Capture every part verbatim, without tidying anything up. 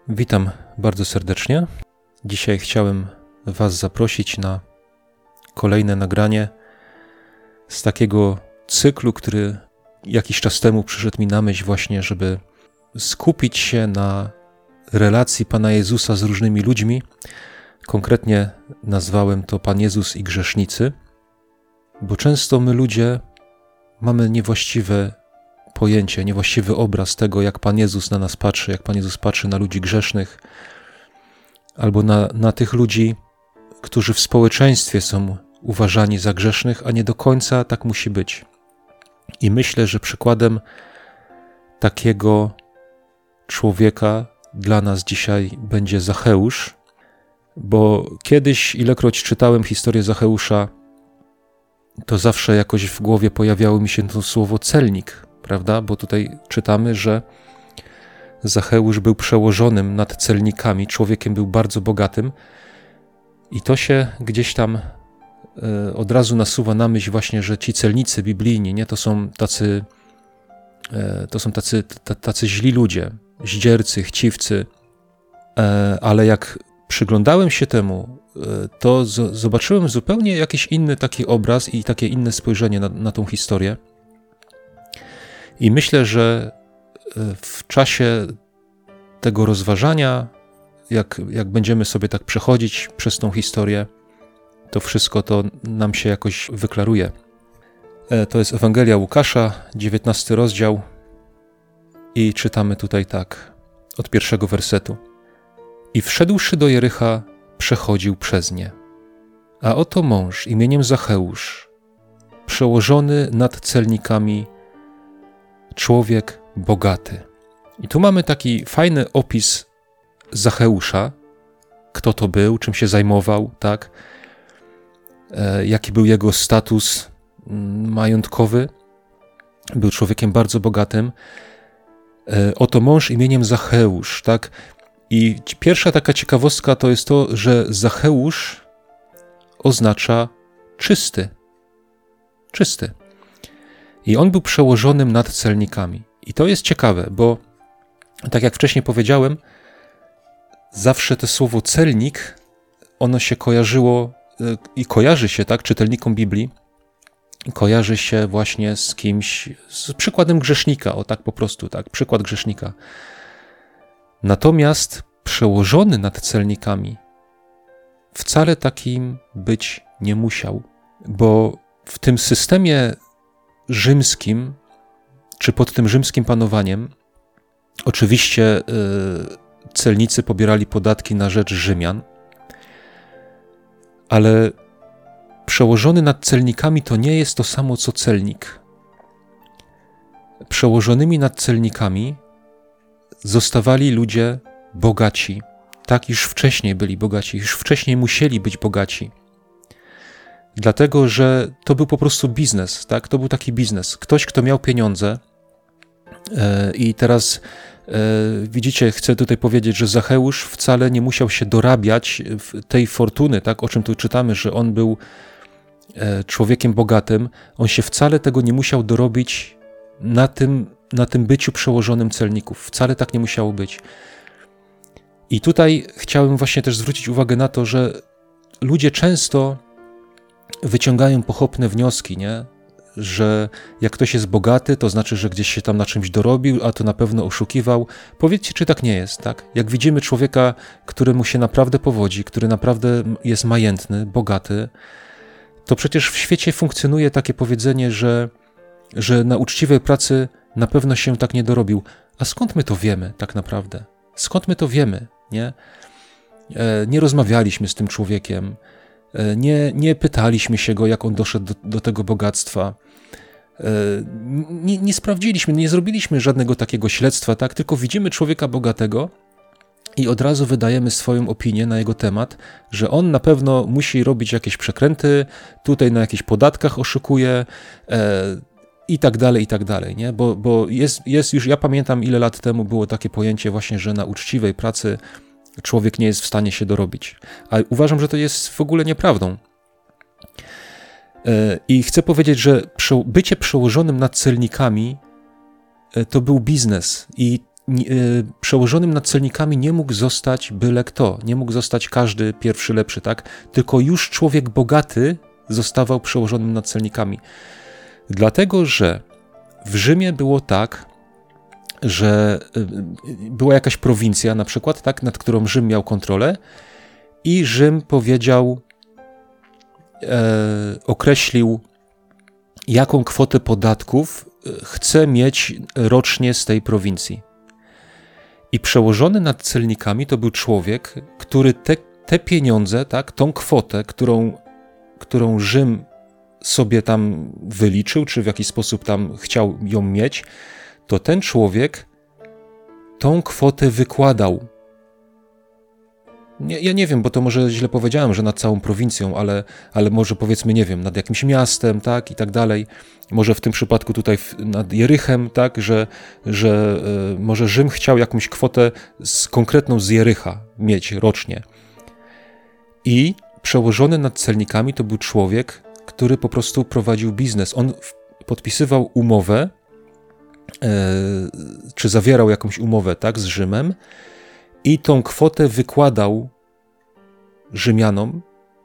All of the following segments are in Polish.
Witam bardzo serdecznie. Dzisiaj chciałem Was zaprosić na kolejne nagranie z takiego cyklu, który jakiś czas temu przyszedł mi na myśl właśnie, żeby skupić się na relacji Pana Jezusa z różnymi ludźmi. Konkretnie nazwałem to Pan Jezus i grzesznicy, bo często my ludzie mamy niewłaściwe pojęcie, niewłaściwy obraz tego, jak Pan Jezus na nas patrzy, jak Pan Jezus patrzy na ludzi grzesznych albo na, na tych ludzi, którzy w społeczeństwie są uważani za grzesznych, a nie do końca tak musi być. I myślę, że przykładem takiego człowieka dla nas dzisiaj będzie Zacheusz, bo kiedyś, ilekroć czytałem historię Zacheusza, to zawsze jakoś w głowie pojawiało mi się to słowo celnik, prawda? Bo tutaj czytamy, że Zacheusz był przełożonym nad celnikami, człowiekiem był bardzo bogatym i to się gdzieś tam e, od razu nasuwa na myśl właśnie, że ci celnicy biblijni, nie, to są tacy, e, to są tacy, t, tacy źli ludzie, zdziercy, chciwcy, e, ale jak przyglądałem się temu, e, to z, zobaczyłem zupełnie jakiś inny taki obraz i takie inne spojrzenie na, na tą historię. I myślę, że w czasie tego rozważania, jak, jak będziemy sobie tak przechodzić przez tą historię, to wszystko to nam się jakoś wyklaruje. To jest Ewangelia Łukasza, dziewiętnasty rozdział i czytamy tutaj tak, od pierwszego wersetu. I wszedłszy do Jericha, przechodził przez nie. A oto mąż imieniem Zacheusz, przełożony nad celnikami, człowiek bogaty. I tu mamy taki fajny opis Zacheusza, kto to był, czym się zajmował, tak? E, jaki był jego status majątkowy. Był człowiekiem bardzo bogatym. E, oto mąż imieniem Zacheusz, tak? I pierwsza taka ciekawostka to jest to, że Zacheusz oznacza czysty. Czysty. I on był przełożonym nad celnikami. I to jest ciekawe, bo tak jak wcześniej powiedziałem, zawsze to słowo celnik, ono się kojarzyło i kojarzy się, tak, czytelnikom Biblii, kojarzy się właśnie z kimś, z przykładem grzesznika, o tak po prostu, tak, przykład grzesznika. Natomiast przełożony nad celnikami wcale takim być nie musiał, bo w tym systemie rzymskim, czy pod tym rzymskim panowaniem, oczywiście y, celnicy pobierali podatki na rzecz Rzymian, ale przełożony nad celnikami to nie jest to samo co celnik. Przełożonymi nad celnikami zostawali ludzie bogaci, tak już wcześniej byli bogaci, już wcześniej musieli być bogaci. Dlatego, że to był po prostu biznes, tak? To był taki biznes. Ktoś, kto miał pieniądze yy, i teraz yy, widzicie, chcę tutaj powiedzieć, że Zacheusz wcale nie musiał się dorabiać tej fortuny, tak? O czym tu czytamy, że on był yy, człowiekiem bogatym. On się wcale tego nie musiał dorobić na tym, na tym byciu przełożonym celników. Wcale tak nie musiało być. I tutaj chciałem właśnie też zwrócić uwagę na to, że ludzie często wyciągają pochopne wnioski, nie? Że jak ktoś jest bogaty, to znaczy, że gdzieś się tam na czymś dorobił, a to na pewno oszukiwał. Powiedzcie, czy tak nie jest, tak? Jak widzimy człowieka, któremu się naprawdę powodzi, który naprawdę jest majętny, bogaty, to przecież w świecie funkcjonuje takie powiedzenie, że, że na uczciwej pracy na pewno się tak nie dorobił. A skąd my to wiemy tak naprawdę? Skąd my to wiemy, nie? E, nie rozmawialiśmy z tym człowiekiem, Nie, nie pytaliśmy się go, jak on doszedł do, do tego bogactwa. Nie, nie sprawdziliśmy, nie zrobiliśmy żadnego takiego śledztwa, tak? Tylko widzimy człowieka bogatego i od razu wydajemy swoją opinię na jego temat, że on na pewno musi robić jakieś przekręty, tutaj na jakichś podatkach oszukuje e, i tak dalej, i tak dalej, nie? Bo, bo jest, jest już, ja pamiętam, ile lat temu było takie pojęcie właśnie, że na uczciwej pracy człowiek nie jest w stanie się dorobić. A uważam, że to jest w ogóle nieprawdą. I chcę powiedzieć, że bycie przełożonym nad celnikami to był biznes. I przełożonym nad celnikami nie mógł zostać byle kto, nie mógł zostać każdy pierwszy lepszy, tak? Tylko już człowiek bogaty zostawał przełożonym nad celnikami. Dlatego, że w Rzymie było tak, że była jakaś prowincja na przykład, tak, nad którą Rzym miał kontrolę i Rzym powiedział, e, określił, jaką kwotę podatków chce mieć rocznie z tej prowincji. I przełożony nad celnikami to był człowiek, który te, te pieniądze, tak, tą kwotę, którą, którą Rzym sobie tam wyliczył, czy w jakiś sposób tam chciał ją mieć, to ten człowiek tą kwotę wykładał. Nie, ja nie wiem, bo to może źle powiedziałem, że nad całą prowincją, ale, ale może powiedzmy, nie wiem, nad jakimś miastem, tak, i tak dalej. Może w tym przypadku tutaj nad Jerychem, tak, że, że y, może Rzym chciał jakąś kwotę z, konkretną z Jerycha mieć rocznie. I przełożony nad celnikami to był człowiek, który po prostu prowadził biznes. On w, podpisywał umowę, y, czy zawierał jakąś umowę, tak, z Rzymem, i tą kwotę wykładał Rzymianom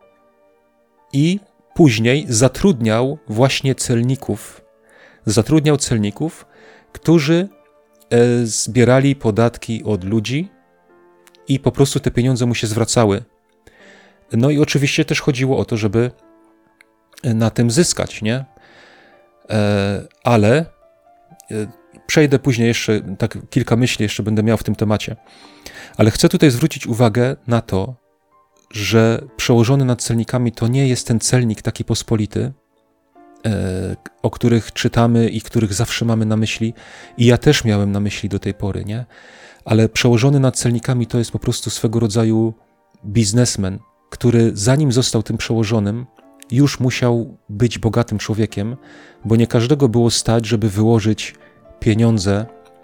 i później zatrudniał właśnie celników. Zatrudniał celników, którzy e, zbierali podatki od ludzi i po prostu te pieniądze mu się zwracały. No i oczywiście też chodziło o to, żeby na tym zyskać, nie? E, ale e, przejdę później jeszcze, tak kilka myśli jeszcze będę miał w tym temacie. Ale chcę tutaj zwrócić uwagę na to, że przełożony nad celnikami to nie jest ten celnik taki pospolity, e, o których czytamy i których zawsze mamy na myśli. I ja też miałem na myśli do tej pory, nie? Ale przełożony nad celnikami to jest po prostu swego rodzaju biznesmen, który zanim został tym przełożonym, już musiał być bogatym człowiekiem, bo nie każdego było stać, żeby wyłożyć pieniądze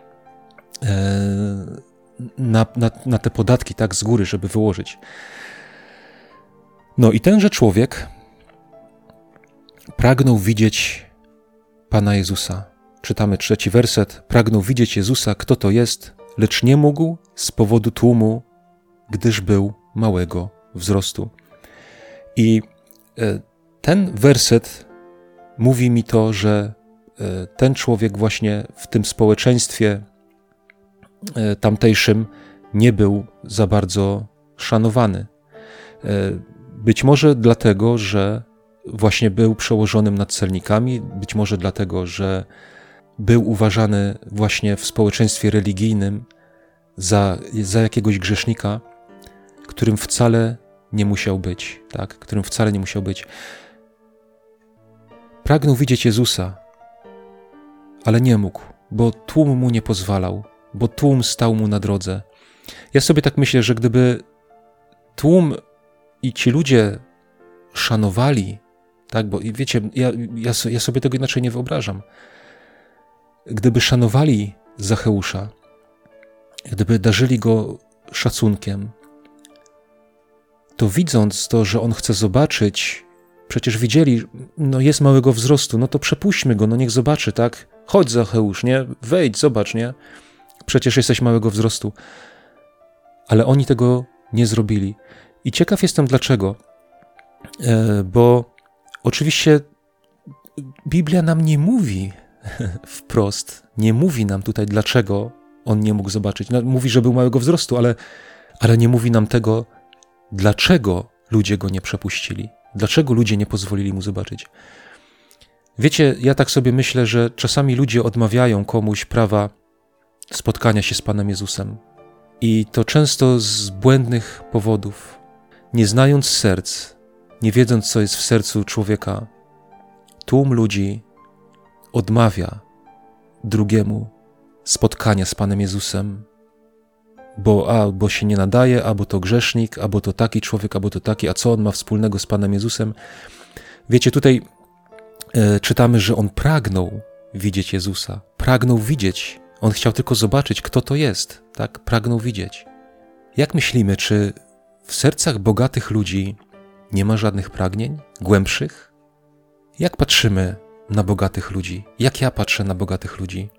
e, Na, na, na te podatki, tak, z góry, żeby wyłożyć. No i tenże człowiek pragnął widzieć Pana Jezusa. Czytamy trzeci werset. Pragnął widzieć Jezusa, kto to jest, lecz nie mógł z powodu tłumu, gdyż był małego wzrostu. I e, ten werset mówi mi to, że e, ten człowiek właśnie w tym społeczeństwie tamtejszym nie był za bardzo szanowany. Być może dlatego, że właśnie był przełożonym nad celnikami, być może dlatego, że był uważany właśnie w społeczeństwie religijnym za, za jakiegoś grzesznika, którym wcale nie musiał być, tak? Którym wcale nie musiał być. Pragnął widzieć Jezusa, ale nie mógł, bo tłum mu nie pozwalał, bo tłum stał mu na drodze. Ja sobie tak myślę, że gdyby tłum i ci ludzie szanowali, tak, bo wiecie, ja, ja, ja sobie tego inaczej nie wyobrażam. Gdyby szanowali Zacheusza, gdyby darzyli go szacunkiem, to widząc to, że on chce zobaczyć, przecież widzieli, no jest małego wzrostu, no to przepuśćmy go, no niech zobaczy, tak? Chodź Zacheusz, nie? Wejdź, zobacz, nie? Przecież jesteś małego wzrostu. Ale oni tego nie zrobili. I ciekaw jestem dlaczego. E, bo oczywiście Biblia nam nie mówi wprost, nie mówi nam tutaj dlaczego on nie mógł zobaczyć. No, mówi, że był małego wzrostu, ale, ale nie mówi nam tego, dlaczego ludzie go nie przepuścili. Dlaczego ludzie nie pozwolili mu zobaczyć. Wiecie, ja tak sobie myślę, że czasami ludzie odmawiają komuś prawa spotkania się z Panem Jezusem. I to często z błędnych powodów. Nie znając serc, nie wiedząc, co jest w sercu człowieka, tłum ludzi odmawia drugiemu spotkania z Panem Jezusem, bo albo się nie nadaje, albo to grzesznik, albo to taki człowiek, albo to taki, a co on ma wspólnego z Panem Jezusem? Wiecie, tutaj e, czytamy, że on pragnął widzieć Jezusa, pragnął widzieć. On chciał tylko zobaczyć, kto to jest, tak? Pragnął widzieć. Jak myślimy, czy w sercach bogatych ludzi nie ma żadnych pragnień głębszych? Jak patrzymy na bogatych ludzi? Jak ja patrzę na bogatych ludzi?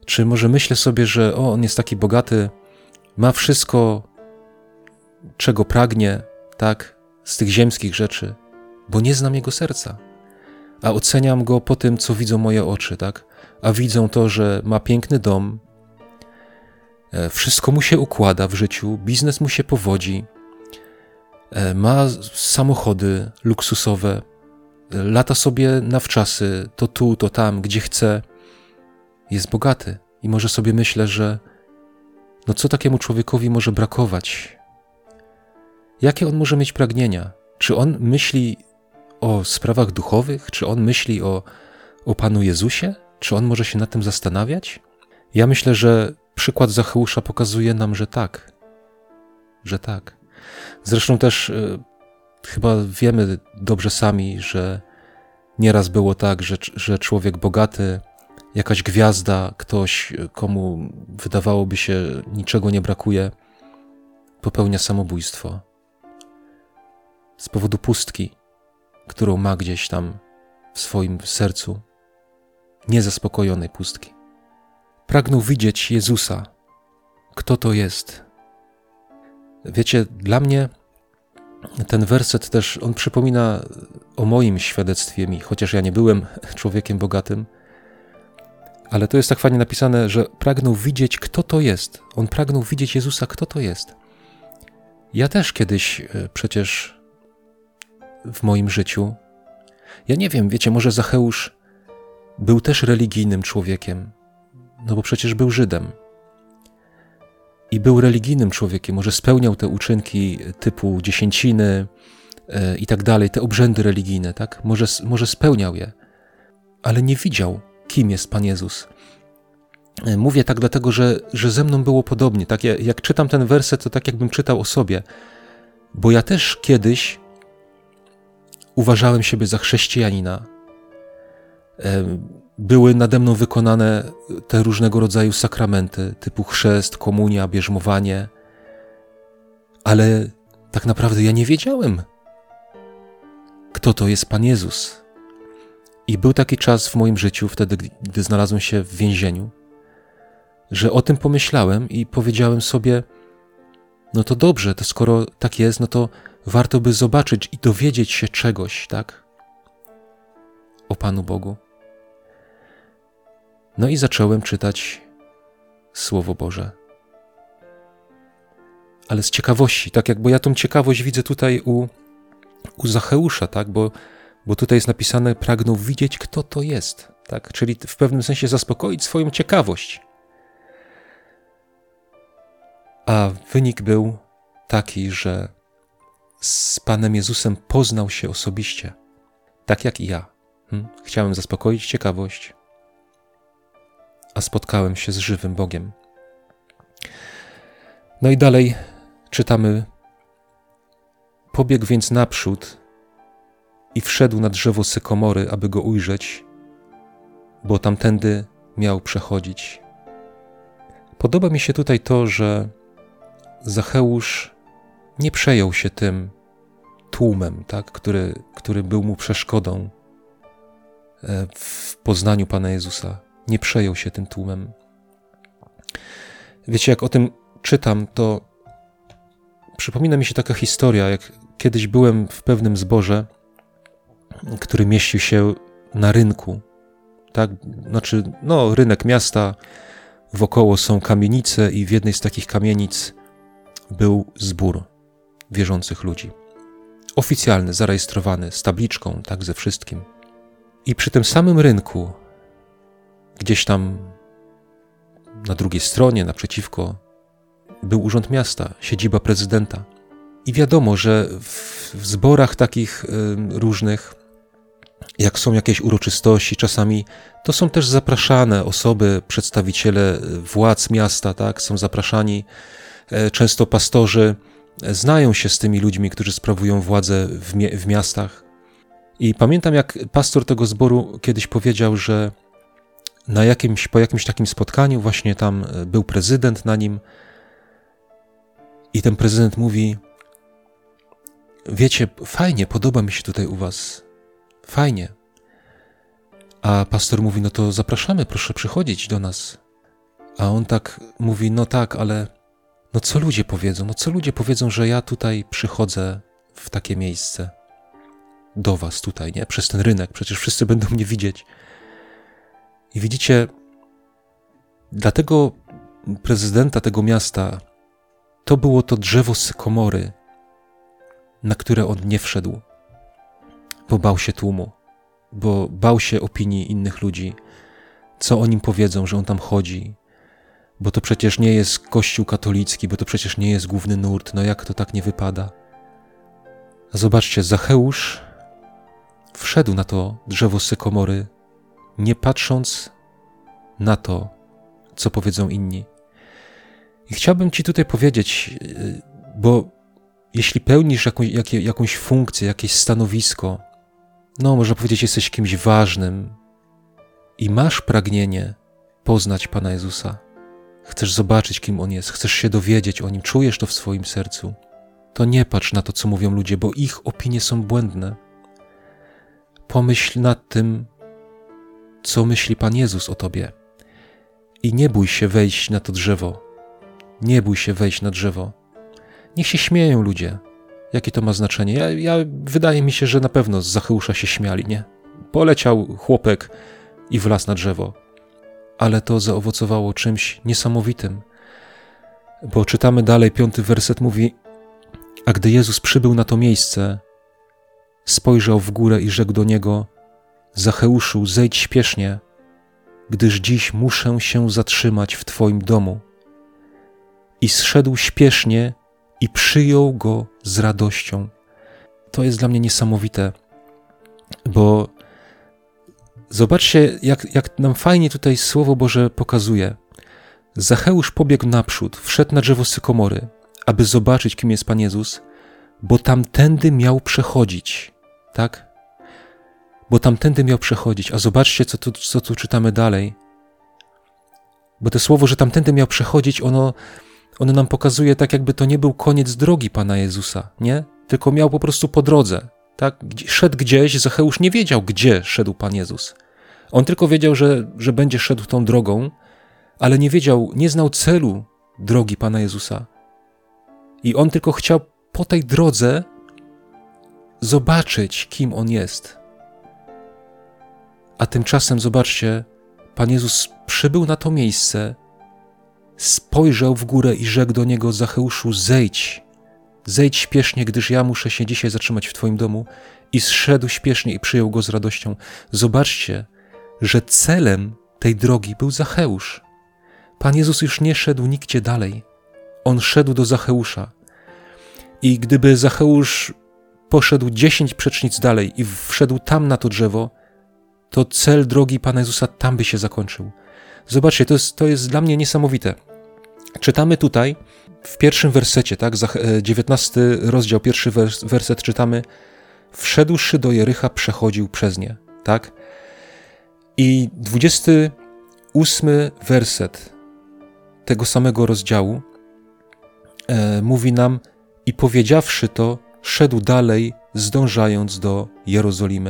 Czy może myślę sobie, że o, on jest taki bogaty, ma wszystko, czego pragnie, tak, z tych ziemskich rzeczy, bo nie znam jego serca, a oceniam go po tym, co widzą moje oczy, tak, a widzą to, że ma piękny dom, wszystko mu się układa w życiu, biznes mu się powodzi, ma samochody luksusowe, lata sobie na wczasy, to tu, to tam, gdzie chce, jest bogaty i może sobie myślę, że no co takiemu człowiekowi może brakować? Jakie on może mieć pragnienia? Czy on myśli o sprawach duchowych? Czy on myśli o, o Panu Jezusie? Czy on może się nad tym zastanawiać? Ja myślę, że przykład Zacheusza pokazuje nam, że tak. Że tak. Zresztą też y, chyba wiemy dobrze sami, że nieraz było tak, że, że człowiek bogaty, jakaś gwiazda, ktoś, komu wydawałoby się niczego nie brakuje, popełnia samobójstwo. Z powodu pustki, którą ma gdzieś tam w swoim sercu, niezaspokojonej pustki. Pragnął widzieć Jezusa. Kto to jest? Wiecie, dla mnie ten werset też, on przypomina o moim świadectwie mi, chociaż ja nie byłem człowiekiem bogatym, ale to jest tak fajnie napisane, że pragnął widzieć, kto to jest. On pragnął widzieć Jezusa, kto to jest. Ja też kiedyś przecież w moim życiu, ja nie wiem, wiecie, może Zacheusz był też religijnym człowiekiem, no bo przecież był Żydem. I był religijnym człowiekiem, może spełniał te uczynki typu dziesięciny i tak dalej, te obrzędy religijne, tak? Może, może spełniał je, ale nie widział, kim jest Pan Jezus. Mówię tak dlatego, że, że ze mną było podobnie. Tak, jak, jak czytam ten werset, to tak jakbym czytał o sobie, bo ja też kiedyś uważałem siebie za chrześcijanina. Były nade mną wykonane te różnego rodzaju sakramenty, typu chrzest, komunia, bierzmowanie, ale tak naprawdę ja nie wiedziałem, kto to jest Pan Jezus. I był taki czas w moim życiu, wtedy, gdy znalazłem się w więzieniu, że o tym pomyślałem i powiedziałem sobie, no to dobrze, to skoro tak jest, no to warto by zobaczyć i dowiedzieć się czegoś, tak? O Panu Bogu. No i zacząłem czytać Słowo Boże. Ale z ciekawości, tak jak, bo ja tą ciekawość widzę tutaj u, u Zacheusza, tak? Bo, bo tutaj jest napisane, pragnął widzieć, kto to jest, tak? Czyli w pewnym sensie zaspokoić swoją ciekawość. A wynik był taki, że z Panem Jezusem poznał się osobiście, tak jak i ja. Hmm? Chciałem zaspokoić ciekawość, a spotkałem się z żywym Bogiem. No i dalej czytamy: pobiegł więc naprzód i wszedł na drzewo sykomory, aby go ujrzeć, bo tamtędy miał przechodzić. Podoba mi się tutaj to, że Zacheusz nie przejął się tym tłumem, tak, który, który był mu przeszkodą w poznaniu Pana Jezusa. Nie przejął się tym tłumem. Wiecie, jak o tym czytam, to przypomina mi się taka historia, jak kiedyś byłem w pewnym zborze, który mieścił się na rynku, tak, znaczy, no, rynek miasta, wokoło są kamienice i w jednej z takich kamienic był zbór wierzących ludzi. Oficjalny, zarejestrowany, z tabliczką, tak, ze wszystkim. I przy tym samym rynku, gdzieś tam na drugiej stronie, naprzeciwko, był Urząd Miasta, siedziba prezydenta. I wiadomo, że w, w zborach takich y, różnych, jak są jakieś uroczystości, czasami to są też zapraszane osoby, przedstawiciele władz miasta, tak, są zapraszani. Często pastorzy znają się z tymi ludźmi, którzy sprawują władzę w, mi- w miastach. I pamiętam, jak pastor tego zboru kiedyś powiedział, że na jakimś, po jakimś takim spotkaniu właśnie tam był prezydent na nim i ten prezydent mówi: wiecie, fajnie, podoba mi się tutaj u was, fajnie. A pastor mówi: no to zapraszamy, proszę przychodzić do nas. A on tak mówi, no tak, ale no co ludzie powiedzą? No co ludzie powiedzą, że ja tutaj przychodzę w takie miejsce? Do was tutaj, nie? Przez ten rynek, przecież wszyscy będą mnie widzieć. I widzicie, dla tego prezydenta tego miasta to było to drzewo sykomory, na które on nie wszedł, bo bał się tłumu, bo bał się opinii innych ludzi, co o nim powiedzą, że on tam chodzi, bo to przecież nie jest kościół katolicki, bo to przecież nie jest główny nurt, no jak to tak nie wypada? A zobaczcie, Zacheusz wszedł na to drzewo sykomory, nie patrząc na to, co powiedzą inni. I chciałbym ci tutaj powiedzieć, bo jeśli pełnisz jakąś, jak, jakąś funkcję, jakieś stanowisko, no można powiedzieć, jesteś kimś ważnym i masz pragnienie poznać Pana Jezusa, chcesz zobaczyć, kim On jest, chcesz się dowiedzieć o Nim, czujesz to w swoim sercu, to nie patrz na to, co mówią ludzie, bo ich opinie są błędne. Pomyśl nad tym, co myśli Pan Jezus o tobie. I nie bój się wejść na to drzewo. Nie bój się wejść na drzewo. Niech się śmieją ludzie. Jakie to ma znaczenie? Ja, ja, wydaje mi się, że na pewno z Zacheusza się śmiali, nie? Poleciał chłopek i wlazł na drzewo. Ale to zaowocowało czymś niesamowitym. Bo czytamy dalej, piąty werset mówi: a gdy Jezus przybył na to miejsce, spojrzał w górę i rzekł do niego: Zacheuszu, zejdź śpiesznie, gdyż dziś muszę się zatrzymać w Twoim domu. I zszedł śpiesznie i przyjął go z radością. To jest dla mnie niesamowite, bo zobaczcie, jak, jak nam fajnie tutaj Słowo Boże pokazuje. Zacheusz pobiegł naprzód, wszedł na drzewo sykomory, aby zobaczyć, kim jest Pan Jezus, bo tamtędy miał przechodzić, tak? Bo tamtędy miał przechodzić. A zobaczcie, co tu, co tu czytamy dalej. Bo to słowo, że tamtędy miał przechodzić, ono, ono nam pokazuje, tak jakby to nie był koniec drogi Pana Jezusa, nie? Tylko miał po prostu po drodze, tak? Szedł gdzieś, Zacheusz nie wiedział, gdzie szedł Pan Jezus. On tylko wiedział, że, że będzie szedł tą drogą, ale nie wiedział, nie znał celu drogi Pana Jezusa. I on tylko chciał po tej drodze zobaczyć, kim On jest. A tymczasem, zobaczcie, Pan Jezus przybył na to miejsce, spojrzał w górę i rzekł do niego: Zacheuszu, zejdź, zejdź śpiesznie, gdyż ja muszę się dzisiaj zatrzymać w Twoim domu. I zszedł śpiesznie i przyjął go z radością. Zobaczcie, że celem tej drogi był Zacheusz. Pan Jezus już nie szedł nigdzie dalej. On szedł do Zacheusza. I gdyby Zacheusz poszedł dziesięć przecznic dalej i wszedł tam na to drzewo, to cel drogi Pana Jezusa tam by się zakończył. Zobaczcie, to jest, to jest dla mnie niesamowite. Czytamy tutaj w pierwszym wersecie, tak, dziewiętnasty rozdział, pierwszy wers, werset czytamy: wszedłszy do Jericha, przechodził przez nie, tak? I dwudziesty ósmy werset tego samego rozdziału e, mówi nam: i powiedziawszy to, szedł dalej, zdążając do Jerozolimy.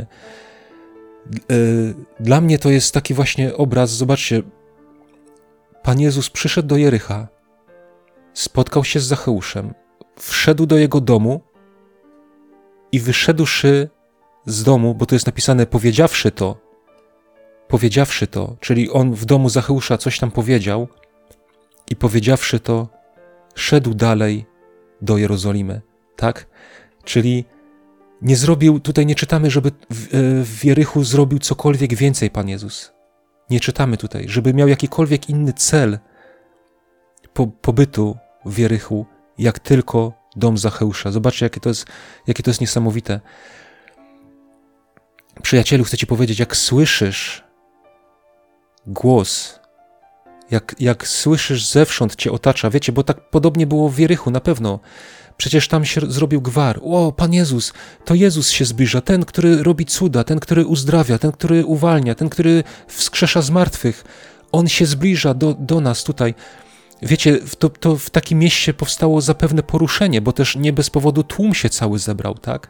Dla mnie to jest taki właśnie obraz, zobaczcie, Pan Jezus przyszedł do Jericha, spotkał się z Zacheuszem, wszedł do jego domu i wyszedłszy z domu, bo to jest napisane powiedziawszy to, powiedziawszy to, czyli on w domu Zacheusza coś tam powiedział i powiedziawszy to, szedł dalej do Jerozolimy, tak? Czyli nie zrobił, tutaj nie czytamy, żeby w, w Jerichu zrobił cokolwiek więcej Pan Jezus. Nie czytamy tutaj, żeby miał jakikolwiek inny cel po, pobytu w Jerichu, jak tylko dom Zacheusza. Zobaczcie, jakie to jest, jakie to jest niesamowite. Przyjacielu, chcę ci powiedzieć, jak słyszysz głos, jak, jak słyszysz zewsząd cię otacza, wiecie, bo tak podobnie było w Jerichu na pewno. Przecież tam się zrobił gwar. O, Pan Jezus, to Jezus się zbliża, ten, który robi cuda, ten, który uzdrawia, ten, który uwalnia, ten, który wskrzesza z martwych. On się zbliża do, do nas tutaj. Wiecie, to, to w takim mieście powstało zapewne poruszenie, bo też nie bez powodu tłum się cały zebrał, tak?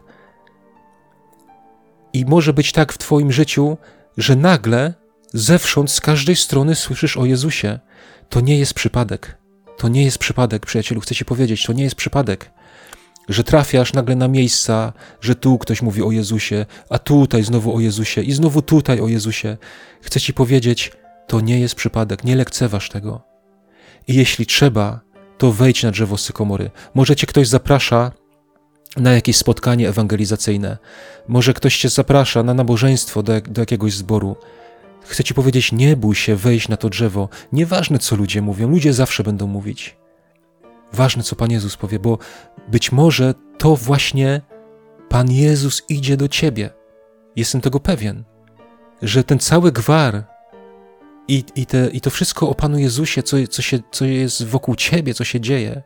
I może być tak w twoim życiu, że nagle zewsząd, z każdej strony słyszysz o Jezusie. To nie jest przypadek. To nie jest przypadek, przyjacielu, chcę ci powiedzieć, to nie jest przypadek, że trafiasz nagle na miejsca, że tu ktoś mówi o Jezusie, a tutaj znowu o Jezusie i znowu tutaj o Jezusie. Chcę ci powiedzieć, to nie jest przypadek, nie lekceważ tego. I jeśli trzeba, to wejdź na drzewo sykomory. Może cię ktoś zaprasza na jakieś spotkanie ewangelizacyjne. Może ktoś cię zaprasza na nabożeństwo do, do jakiegoś zboru. Chcę ci powiedzieć, nie bój się wejść na to drzewo. Nieważne, co ludzie mówią. Ludzie zawsze będą mówić. Ważne, co Pan Jezus powie, bo być może to właśnie Pan Jezus idzie do ciebie. Jestem tego pewien, że ten cały gwar i, i, te, i to wszystko o Panu Jezusie, co, co, się, co jest wokół ciebie, co się dzieje,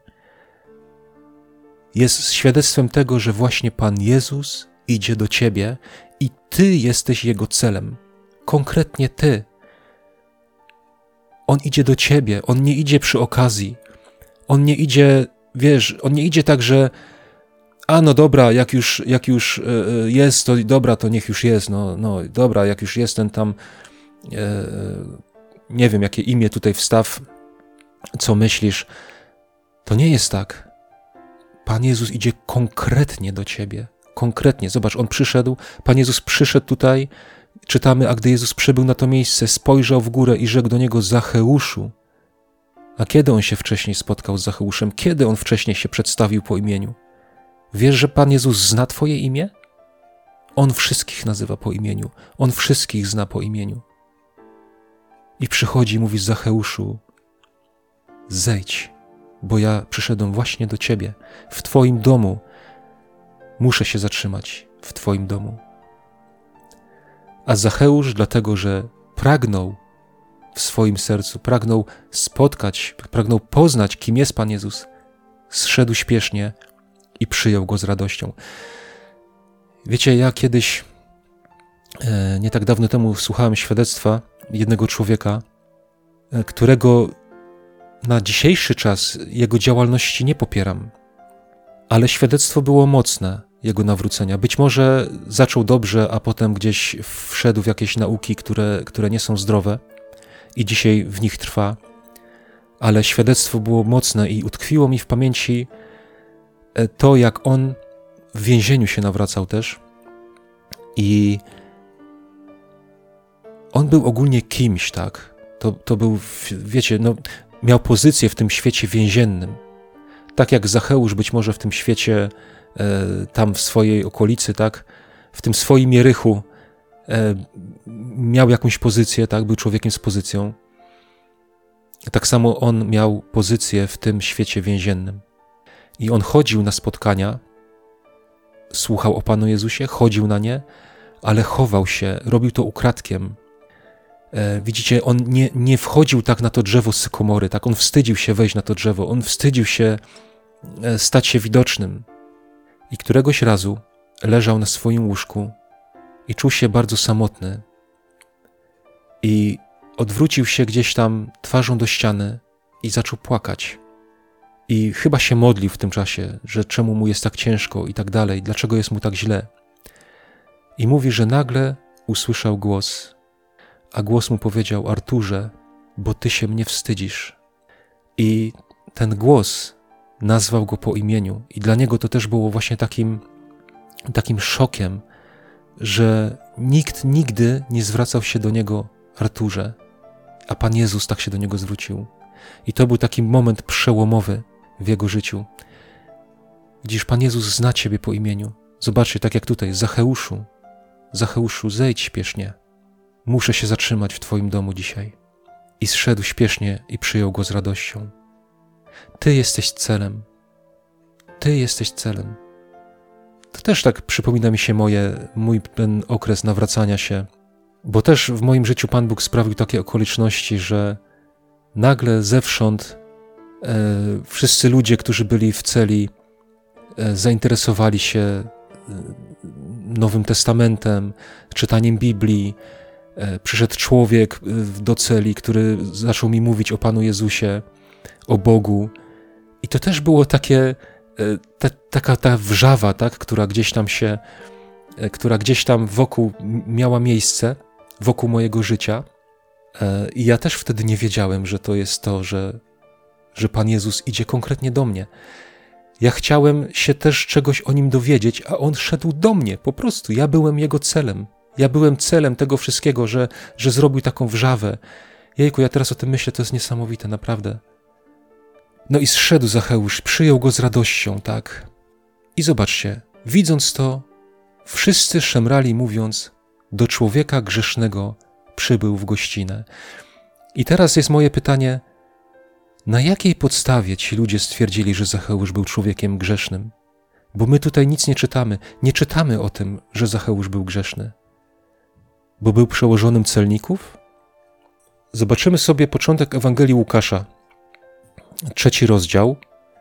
jest świadectwem tego, że właśnie Pan Jezus idzie do ciebie i ty jesteś Jego celem. Konkretnie ty. On idzie do ciebie, On nie idzie przy okazji. On nie idzie, wiesz, On nie idzie tak, że a no dobra, jak już, jak już jest, to dobra, to niech już jest, no, no dobra, jak już jest ten tam, e, nie wiem, jakie imię tutaj wstaw, co myślisz. To nie jest tak. Pan Jezus idzie konkretnie do ciebie. Konkretnie. Zobacz, On przyszedł, Pan Jezus przyszedł tutaj, czytamy, a gdy Jezus przybył na to miejsce, spojrzał w górę i rzekł do niego: Zacheuszu. A kiedy On się wcześniej spotkał z Zacheuszem? Kiedy On wcześniej się przedstawił po imieniu? Wiesz, że Pan Jezus zna twoje imię? On wszystkich nazywa po imieniu. On wszystkich zna po imieniu. I przychodzi i mówi: Zacheuszu, zejdź, bo ja przyszedłem właśnie do ciebie. W twoim domu muszę się zatrzymać, w twoim domu. A Zacheusz, dlatego że pragnął w swoim sercu, pragnął spotkać, pragnął poznać, kim jest Pan Jezus, zszedł śpiesznie i przyjął Go z radością. Wiecie, ja kiedyś, e, nie tak dawno temu, słuchałem świadectwa jednego człowieka, e, którego na dzisiejszy czas jego działalności nie popieram, ale świadectwo było mocne, jego nawrócenia. Być może zaczął dobrze, a potem gdzieś wszedł w jakieś nauki, które, które nie są zdrowe i dzisiaj w nich trwa, ale świadectwo było mocne i utkwiło mi w pamięci to, jak on w więzieniu się nawracał też i on był ogólnie kimś, tak? To, to był, wiecie, no, miał pozycję w tym świecie więziennym. Tak jak Zacheusz być może w tym świecie, e, tam w swojej okolicy, tak? W tym swoim Jerychu e, miał jakąś pozycję, tak? Był człowiekiem z pozycją. Tak samo on miał pozycję w tym świecie więziennym. I on chodził na spotkania, słuchał o Panu Jezusie, chodził na nie, ale chował się, robił to ukradkiem. E, widzicie, on nie, nie wchodził tak na to drzewo sykomory, tak? On wstydził się wejść na to drzewo, on wstydził się e, stać się widocznym. I któregoś razu leżał na swoim łóżku i czuł się bardzo samotny. I odwrócił się gdzieś tam twarzą do ściany i zaczął płakać. I chyba się modlił w tym czasie, że czemu mu jest tak ciężko i tak dalej, dlaczego jest mu tak źle. I mówi, że nagle usłyszał głos, a głos mu powiedział: Arturze, bo ty się mnie wstydzisz. I ten głos nazwał go po imieniu i dla niego to też było właśnie takim, takim szokiem, że nikt nigdy nie zwracał się do niego: Arturze, a Pan Jezus tak się do niego zwrócił. I to był taki moment przełomowy w jego życiu. Widzisz, Pan Jezus zna ciebie po imieniu. Zobaczcie, tak jak tutaj, Zacheuszu, Zacheuszu, zejdź śpiesznie. Muszę się zatrzymać w twoim domu dzisiaj. I zszedł śpiesznie i przyjął go z radością. Ty jesteś celem. Ty jesteś celem. To też tak przypomina mi się moje, mój ten okres nawracania się, bo też w moim życiu Pan Bóg sprawił takie okoliczności, że nagle zewsząd e, wszyscy ludzie, którzy byli w celi, e, zainteresowali się e, Nowym Testamentem, czytaniem Biblii. E, przyszedł człowiek e, do celi, który zaczął mi mówić o Panu Jezusie, o Bogu. I to też było takie, e, ta, taka ta wrzawa, tak, która gdzieś tam się, e, która gdzieś tam wokół miała miejsce, wokół mojego życia. I ja też wtedy nie wiedziałem, że to jest to, że, że Pan Jezus idzie konkretnie do mnie. Ja chciałem się też czegoś o Nim dowiedzieć, a On szedł do mnie, po prostu. Ja byłem Jego celem. Ja byłem celem tego wszystkiego, że, że zrobił taką wrzawę. Jejku, ja teraz o tym myślę, to jest niesamowite, naprawdę. No i zszedł Zacheusz, przyjął Go z radością, tak? I zobaczcie, widząc to, wszyscy szemrali, mówiąc, do człowieka grzesznego przybył w gościnę. I teraz jest moje pytanie, na jakiej podstawie ci ludzie stwierdzili, że Zacheusz był człowiekiem grzesznym? Bo my tutaj nic nie czytamy. Nie czytamy o tym, że Zacheusz był grzeszny. Bo był przełożonym celników? Zobaczymy sobie początek Ewangelii Łukasza, trzeci rozdział.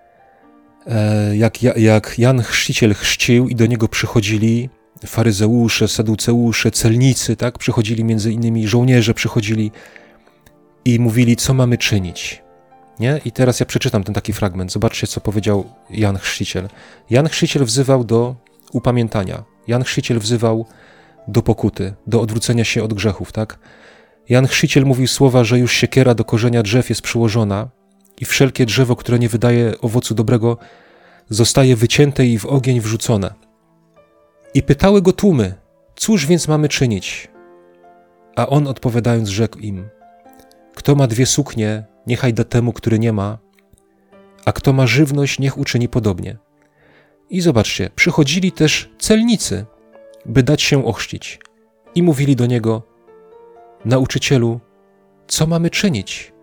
Jak, jak Jan Chrzciciel chrzcił i do niego przychodzili faryzeusze, saduceusze, celnicy, tak? Przychodzili między innymi żołnierze, przychodzili i mówili, co mamy czynić. Nie? I teraz ja przeczytam ten taki fragment. Zobaczcie, co powiedział Jan Chrzciciel. Jan Chrzciciel wzywał do upamiętania. Jan Chrzciciel wzywał do pokuty, do odwrócenia się od grzechów, tak? Jan Chrzciciel mówił słowa, że już siekiera do korzenia drzew jest przyłożona i wszelkie drzewo, które nie wydaje owocu dobrego, zostaje wycięte i w ogień wrzucone. I pytały go tłumy, cóż więc mamy czynić? A on odpowiadając rzekł im, kto ma dwie suknie, niechaj da temu, który nie ma, a kto ma żywność, niech uczyni podobnie. I zobaczcie, przychodzili też celnicy, by dać się ochrzcić. I mówili do niego, nauczycielu, co mamy czynić?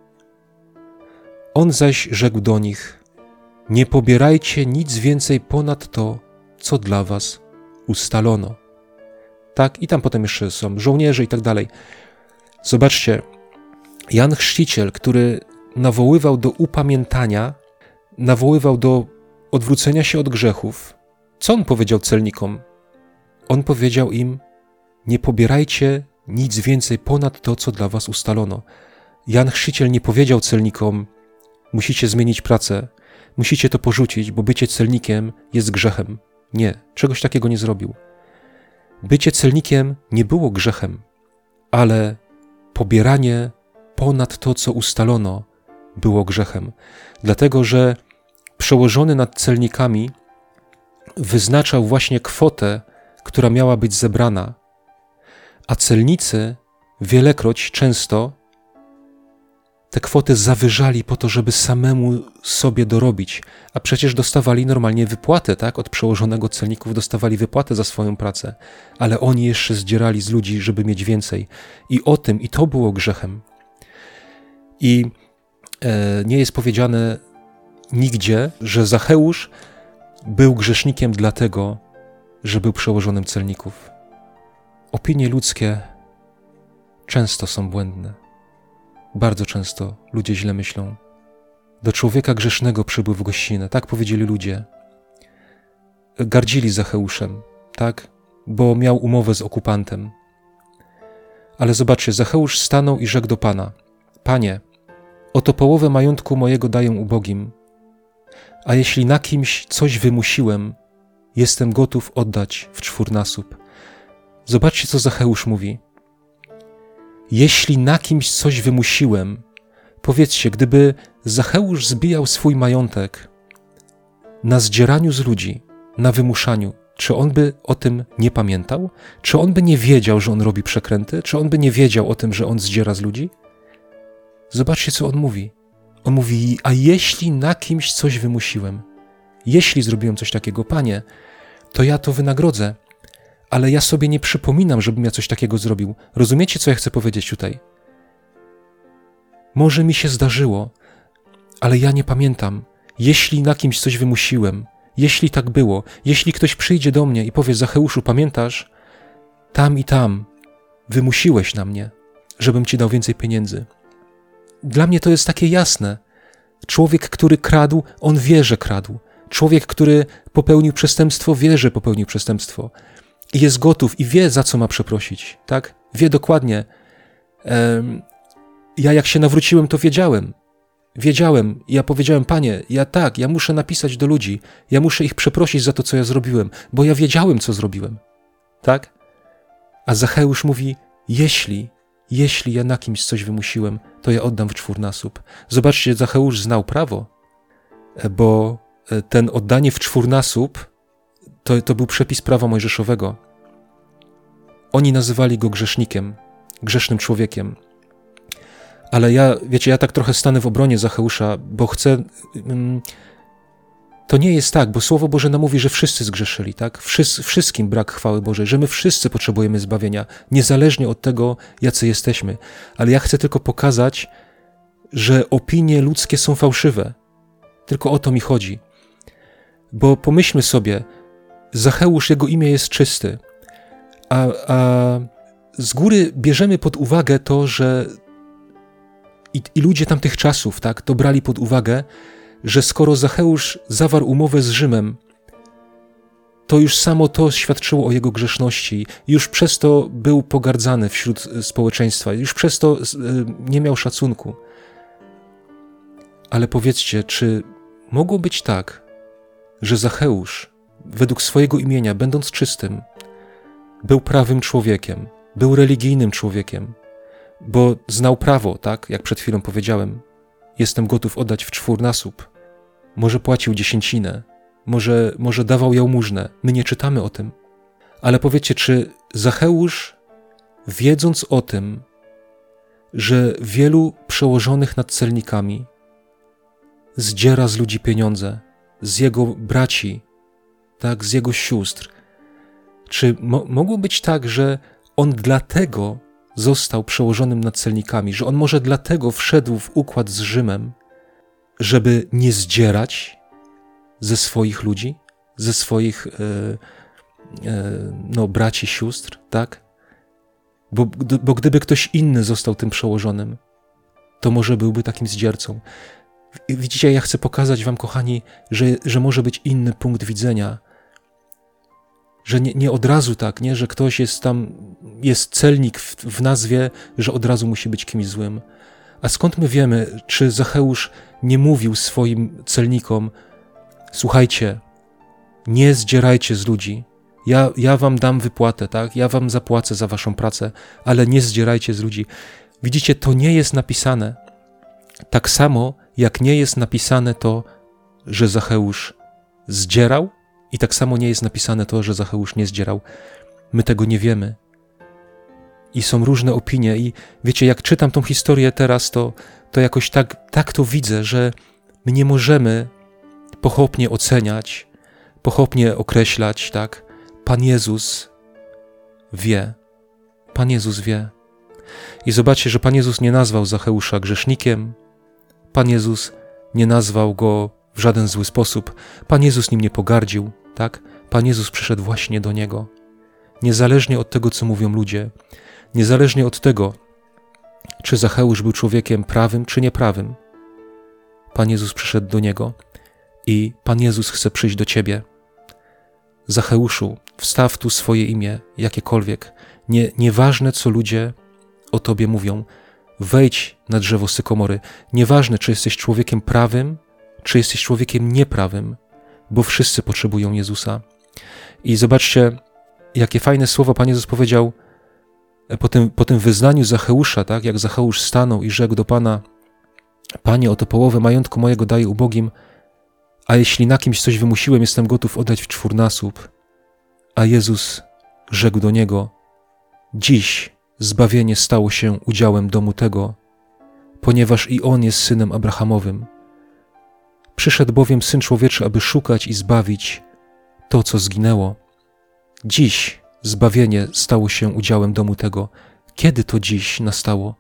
On zaś rzekł do nich, nie pobierajcie nic więcej ponad to, co dla was ustalono. Tak, i tam potem jeszcze są żołnierze i tak dalej. Zobaczcie, Jan Chrzciciel, który nawoływał do upamiętania, nawoływał do odwrócenia się od grzechów, co on powiedział celnikom? On powiedział im, nie pobierajcie nic więcej ponad to, co dla was ustalono. Jan Chrzciciel nie powiedział celnikom, musicie zmienić pracę, musicie to porzucić, bo bycie celnikiem jest grzechem. Nie, czegoś takiego nie zrobił. Bycie celnikiem nie było grzechem, ale pobieranie ponad to, co ustalono, było grzechem. Dlatego, że przełożony nad celnikami wyznaczał właśnie kwotę, która miała być zebrana, a celnicy wielekroć, często te kwoty zawyżali po to, żeby samemu sobie dorobić, a przecież dostawali normalnie wypłatę, tak? Od przełożonego celników dostawali wypłatę za swoją pracę, ale oni jeszcze zdzierali z ludzi, żeby mieć więcej. I o tym, i to było grzechem. I e, nie jest powiedziane nigdzie, że Zacheusz był grzesznikiem dlatego, że był przełożonym celników. Opinie ludzkie często są błędne. Bardzo często ludzie źle myślą. Do człowieka grzesznego przybył w gościnę, tak powiedzieli ludzie. Gardzili Zacheuszem, tak, bo miał umowę z okupantem. Ale zobaczcie, Zacheusz stanął i rzekł do Pana, Panie, oto połowę majątku mojego daję ubogim, a jeśli na kimś coś wymusiłem, jestem gotów oddać w czwórnasób. Zobaczcie, co Zacheusz mówi. Jeśli na kimś coś wymusiłem, powiedzcie, gdyby Zacheusz zbijał swój majątek na zdzieraniu z ludzi, na wymuszaniu, czy on by o tym nie pamiętał? Czy on by nie wiedział, że on robi przekręty? Czy on by nie wiedział o tym, że on zdziera z ludzi? Zobaczcie, co on mówi. On mówi, a jeśli na kimś coś wymusiłem, jeśli zrobiłem coś takiego, Panie, to ja to wynagrodzę, ale ja sobie nie przypominam, żebym ja coś takiego zrobił. Rozumiecie, co ja chcę powiedzieć tutaj? Może mi się zdarzyło, ale ja nie pamiętam. Jeśli na kimś coś wymusiłem, jeśli tak było, jeśli ktoś przyjdzie do mnie i powie, Zacheuszu, pamiętasz? Tam i tam wymusiłeś na mnie, żebym ci dał więcej pieniędzy. Dla mnie to jest takie jasne. Człowiek, który kradł, on wie, że kradł. Człowiek, który popełnił przestępstwo, wie, że popełnił przestępstwo. I jest gotów i wie, za co ma przeprosić, tak? Wie dokładnie. Um, ja jak się nawróciłem, to wiedziałem. Wiedziałem. Ja powiedziałem, Panie, ja tak, ja muszę napisać do ludzi. Ja muszę ich przeprosić za to, co ja zrobiłem, bo ja wiedziałem, co zrobiłem. Tak? A Zacheusz mówi, jeśli, jeśli ja na kimś coś wymusiłem, to ja oddam w czwórnasób. Zobaczcie, Zacheusz znał prawo, bo ten oddanie w czwórnasób to, to był przepis prawa mojżeszowego. Oni nazywali go grzesznikiem, grzesznym człowiekiem. Ale ja, wiecie, ja tak trochę stanę w obronie Zacheusza, bo chcę... Um, to nie jest tak, bo Słowo Boże nam mówi, że wszyscy zgrzeszyli, tak? Wszys, wszystkim brak chwały Bożej, że my wszyscy potrzebujemy zbawienia, niezależnie od tego, jacy jesteśmy. Ale ja chcę tylko pokazać, że opinie ludzkie są fałszywe. Tylko o to mi chodzi. Bo pomyślmy sobie, Zacheusz, jego imię jest czysty, a, a z góry bierzemy pod uwagę to, że i, i ludzie tamtych czasów, tak, to brali pod uwagę, że skoro Zacheusz zawarł umowę z Rzymem, to już samo to świadczyło o jego grzeszności. Już przez to był pogardzany wśród społeczeństwa. Już przez to nie miał szacunku. Ale powiedzcie, czy mogło być tak, że Zacheusz, według swojego imienia, będąc czystym, był prawym człowiekiem, był religijnym człowiekiem, bo znał prawo, tak, jak przed chwilą powiedziałem. Jestem gotów oddać w czwórnasób. Może płacił dziesięcinę, może, może dawał jałmużnę. My nie czytamy o tym. Ale powiedzcie, czy Zacheusz, wiedząc o tym, że wielu przełożonych nad celnikami zdziera z ludzi pieniądze, z jego braci, tak, z jego sióstr, czy mo- mogło być tak, że on dlatego został przełożonym nad celnikami, że on może dlatego wszedł w układ z Rzymem, żeby nie zdzierać ze swoich ludzi, ze swoich e, e, no, braci, sióstr, tak? Bo, bo gdyby ktoś inny został tym przełożonym, to może byłby takim zdziercą. Widzicie, ja chcę pokazać wam, kochani, że, że może być inny punkt widzenia, że nie, nie od razu tak, nie, że ktoś jest tam, jest celnik w, w nazwie, że od razu musi być kimś złym. A skąd my wiemy, czy Zacheusz nie mówił swoim celnikom: słuchajcie, nie zdzierajcie z ludzi, ja, ja wam dam wypłatę, tak, ja wam zapłacę za waszą pracę, ale nie zdzierajcie z ludzi. Widzicie, to nie jest napisane. Tak samo, jak nie jest napisane to, że Zacheusz zdzierał, i tak samo nie jest napisane to, że Zacheusz nie zdzierał. My tego nie wiemy. I są różne opinie. I wiecie, jak czytam tą historię teraz, to, to jakoś tak, tak to widzę, że my nie możemy pochopnie oceniać, pochopnie określać, tak? Pan Jezus wie. Pan Jezus wie. I zobaczcie, że Pan Jezus nie nazwał Zacheusza grzesznikiem. Pan Jezus nie nazwał go w żaden zły sposób. Pan Jezus nim nie pogardził, tak? Pan Jezus przyszedł właśnie do niego. Niezależnie od tego, co mówią ludzie, niezależnie od tego, czy Zacheusz był człowiekiem prawym, czy nieprawym, Pan Jezus przyszedł do niego i Pan Jezus chce przyjść do ciebie. Zacheuszu, wstaw tu swoje imię, jakiekolwiek. Nie, nieważne, co ludzie o tobie mówią. Wejdź na drzewo sykomory. Nieważne, czy jesteś człowiekiem prawym, czy jesteś człowiekiem nieprawym, bo wszyscy potrzebują Jezusa. I zobaczcie, jakie fajne słowa Pan Jezus powiedział po tym, po tym wyznaniu Zacheusza, tak? Jak Zacheusz stanął i rzekł do Pana: Panie, oto połowę majątku mojego daję ubogim, a jeśli na kimś coś wymusiłem, jestem gotów oddać w czwórnasób. A Jezus rzekł do niego: dziś zbawienie stało się udziałem domu tego, ponieważ i on jest synem Abrahamowym. Przyszedł bowiem Syn Człowieczy, aby szukać i zbawić to, co zginęło. Dziś zbawienie stało się udziałem domu tego. Kiedy to dziś nastało?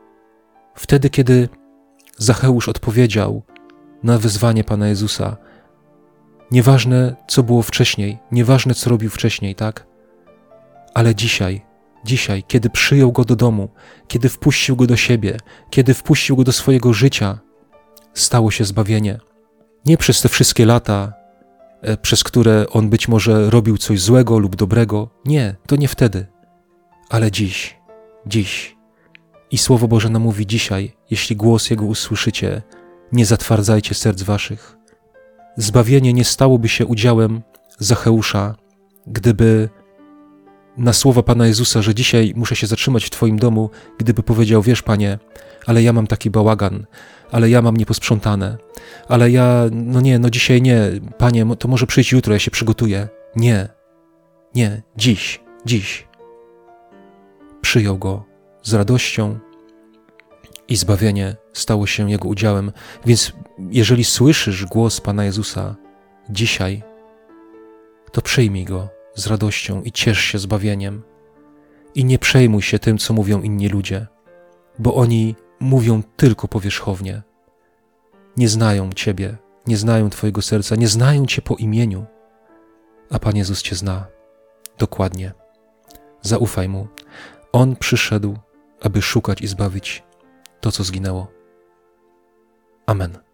Wtedy, kiedy Zacheusz odpowiedział na wezwanie Pana Jezusa. Nieważne, co było wcześniej, nieważne, co robił wcześniej, tak? Ale dzisiaj, dzisiaj, kiedy przyjął go do domu, kiedy wpuścił go do siebie, kiedy wpuścił go do swojego życia, stało się zbawienie. Nie przez te wszystkie lata, przez które on być może robił coś złego lub dobrego. Nie, to nie wtedy. Ale dziś, dziś. I Słowo Boże nam mówi dzisiaj, jeśli głos Jego usłyszycie, nie zatwardzajcie serc waszych. Zbawienie nie stałoby się udziałem Zacheusza, gdyby na słowa Pana Jezusa, że dzisiaj muszę się zatrzymać w Twoim domu, gdyby powiedział, wiesz Panie, ale ja mam taki bałagan, ale ja mam nieposprzątane, ale ja, no nie, no dzisiaj nie, Panie, to może przyjdź jutro, ja się przygotuję. Nie, nie, dziś, dziś. Przyjął go z radością i zbawienie stało się jego udziałem. Więc jeżeli słyszysz głos Pana Jezusa dzisiaj, to przyjmij go z radością i ciesz się zbawieniem. I nie przejmuj się tym, co mówią inni ludzie, bo oni mówią tylko powierzchownie. Nie znają Ciebie, nie znają Twojego serca, nie znają Cię po imieniu, a Pan Jezus Cię zna dokładnie. Zaufaj Mu. On przyszedł, aby szukać i zbawić to, co zginęło. Amen.